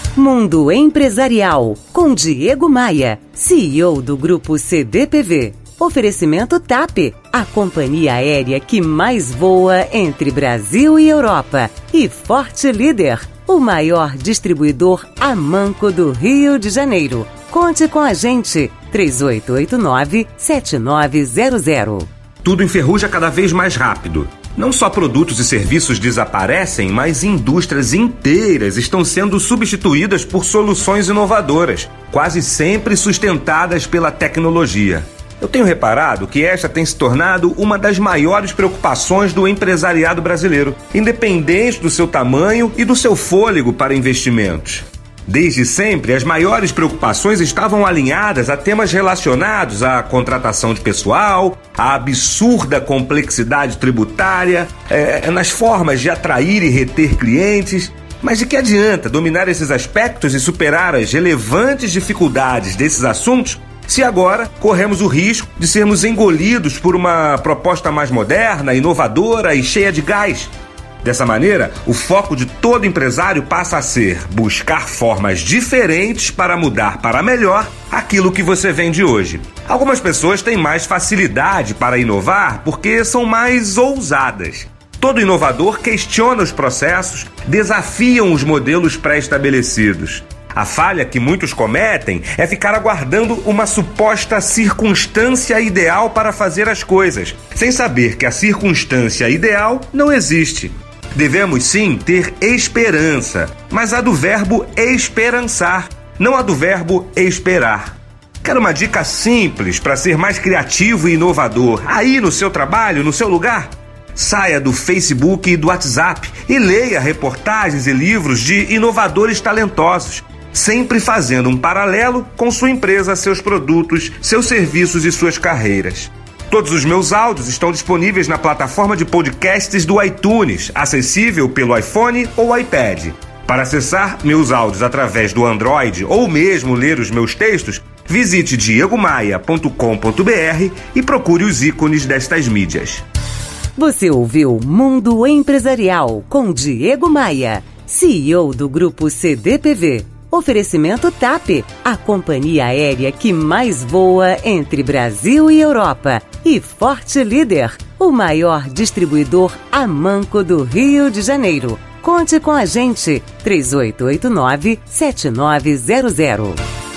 Mundo Empresarial, com Diego Maia, CEO do Grupo CDPV. Oferecimento TAP, a companhia aérea que mais voa entre Brasil e Europa. E Forte Líder, o maior distribuidor a manco do Rio de Janeiro. Conte com a gente, 3889-7900. Tudo enferruja cada vez mais rápido. Não só produtos e serviços desaparecem, mas indústrias inteiras estão sendo substituídas por soluções inovadoras, quase sempre sustentadas pela tecnologia. Eu tenho reparado que esta tem se tornado uma das maiores preocupações do empresariado brasileiro, independente do seu tamanho e do seu fôlego para investimentos. Desde sempre, as maiores preocupações estavam alinhadas a temas relacionados à contratação de pessoal, à absurda complexidade tributária, nas formas de atrair e reter clientes. Mas de que adianta dominar esses aspectos e superar as relevantes dificuldades desses assuntos se agora corremos o risco de sermos engolidos por uma proposta mais moderna, inovadora e cheia de gás? Dessa maneira, o foco de todo empresário passa a ser buscar formas diferentes para mudar para melhor aquilo que você vende hoje. Algumas pessoas têm mais facilidade para inovar porque são mais ousadas. Todo inovador questiona os processos, desafiam os modelos pré-estabelecidos. A falha que muitos cometem é ficar aguardando uma suposta circunstância ideal para fazer as coisas, sem saber que a circunstância ideal não existe. Devemos sim ter esperança, mas a do verbo esperançar, não a do verbo esperar. Quero uma dica simples para ser mais criativo e inovador aí no seu trabalho, no seu lugar? Saia do Facebook e do WhatsApp e leia reportagens e livros de inovadores talentosos, sempre fazendo um paralelo com sua empresa, seus produtos, seus serviços e suas carreiras. Todos os meus áudios estão disponíveis na plataforma de podcasts do iTunes, acessível pelo iPhone ou iPad. Para acessar meus áudios através do Android ou mesmo ler os meus textos, visite diegomaia.com.br e procure os ícones destas mídias. Você ouviu Mundo Empresarial com Diego Maia, CEO do Grupo CDPV. Oferecimento TAP, a companhia aérea que mais voa entre Brasil e Europa. E Forte Líder, o maior distribuidor a manco do Rio de Janeiro. Conte com a gente, 3889-7900.